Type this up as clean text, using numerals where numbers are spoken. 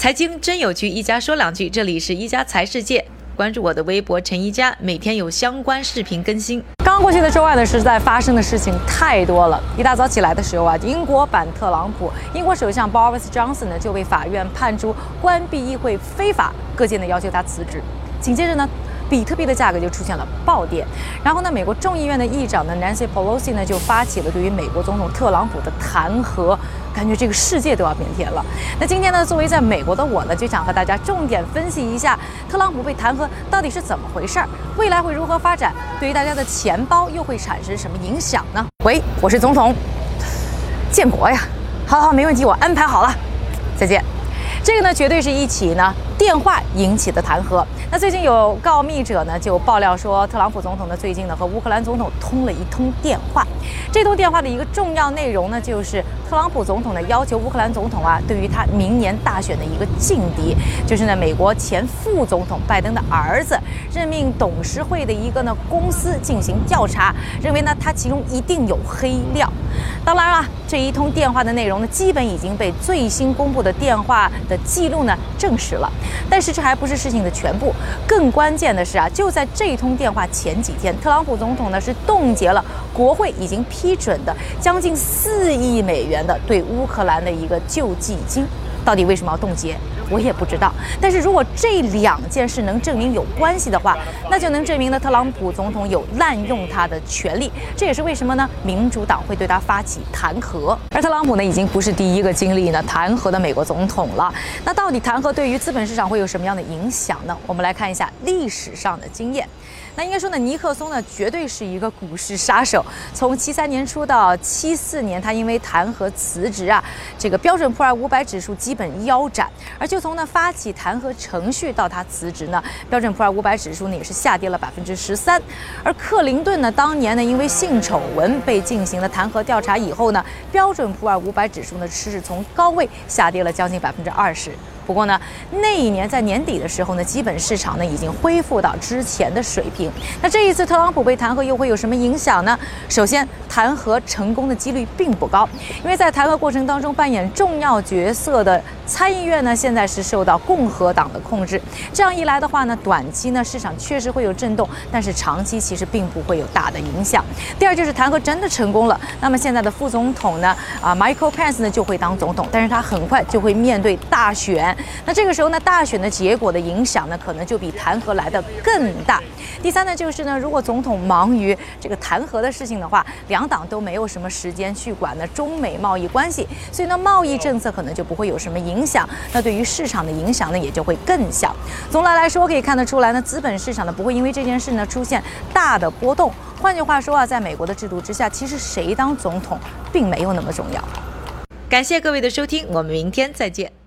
财经真有趣，一家说两句。这里是一家财世界，关注我的微博陈一家，每天有相关视频更新。刚刚过去的周二呢，实在发生的事情太多了。一大早起来的时候啊，英国版特朗普，英国首相 Boris Johnson 呢就被法院判处关闭议会非法，各界呢要求他辞职。紧接着呢，比特币的价格就出现了暴跌，然后呢，美国众议院的议长呢 Nancy Pelosi 呢就发起了对于美国总统特朗普的弹劾，感觉这个世界都要变天了。那今天呢，作为在美国的我呢，就想和大家重点分析一下特朗普被弹劾到底是怎么回事儿，未来会如何发展，对于大家的钱包又会产生什么影响呢？喂，我是总统，建国呀！好，没问题，我安排好了，再见。这个呢，绝对是一起呢电话引起的弹劾。那最近有告密者呢就爆料说，特朗普总统呢最近呢和乌克兰总统通了一通电话。这通电话的一个重要内容呢，就是特朗普总统呢要求乌克兰总统啊，对于他明年大选的一个劲敌，就是呢美国前副总统拜登的儿子，任命董事会的一个呢公司进行调查，认为呢他其中一定有黑料。当然了，这一通电话的内容呢，基本已经被最新公布的电话的记录呢证实了。但是这还不是事情的全部，更关键的是啊，就在这一通电话前几天，特朗普总统呢是冻结了国会已经批准的将近4亿美元的对乌克兰的一个救济金。到底为什么要冻结，我也不知道。但是如果这两件事能证明有关系的话，那就能证明呢特朗普总统有滥用他的权利。这也是为什么呢民主党会对他发起弹劾。而特朗普呢已经不是第一个经历呢弹劾的美国总统了。那到底弹劾对于资本市场会有什么样的影响呢？我们来看一下历史上的经验。那应该说呢，尼克松呢绝对是一个股市杀手。从73年初到74年，他因为弹劾辞职啊，这个标准普尔500指数基本腰斩。而就从呢发起弹劾程序到他辞职呢，标准普尔500指数呢也是下跌了13%。而克林顿呢当年呢因为性丑闻被进行了弹劾调查以后呢，标准普尔500指数呢是从高位下跌了将近20%。不过呢，那一年在年底的时候呢，基本市场呢已经恢复到之前的水平。那这一次特朗普被弹劾又会有什么影响呢？首先，弹劾成功的几率并不高，因为在弹劾过程当中扮演重要角色的参议院呢，现在是受到共和党的控制。这样一来的话呢，短期呢市场确实会有震动，但是长期其实并不会有大的影响。第二就是弹劾真的成功了，那么现在的副总统呢，Michael Pence 呢就会当总统，但是他很快就会面对大选。那这个时候呢，大选的结果的影响呢，可能就比弹劾来的更大。第三呢，就是呢，如果总统忙于这个弹劾的事情的话，两党都没有什么时间去管呢中美贸易关系，所以呢，贸易政策可能就不会有什么影响。那对于市场的影响呢，也就会更小。总的来说，可以看得出来呢，资本市场呢不会因为这件事呢出现大的波动。换句话说啊，在美国的制度之下，其实谁当总统并没有那么重要。感谢各位的收听，我们明天再见。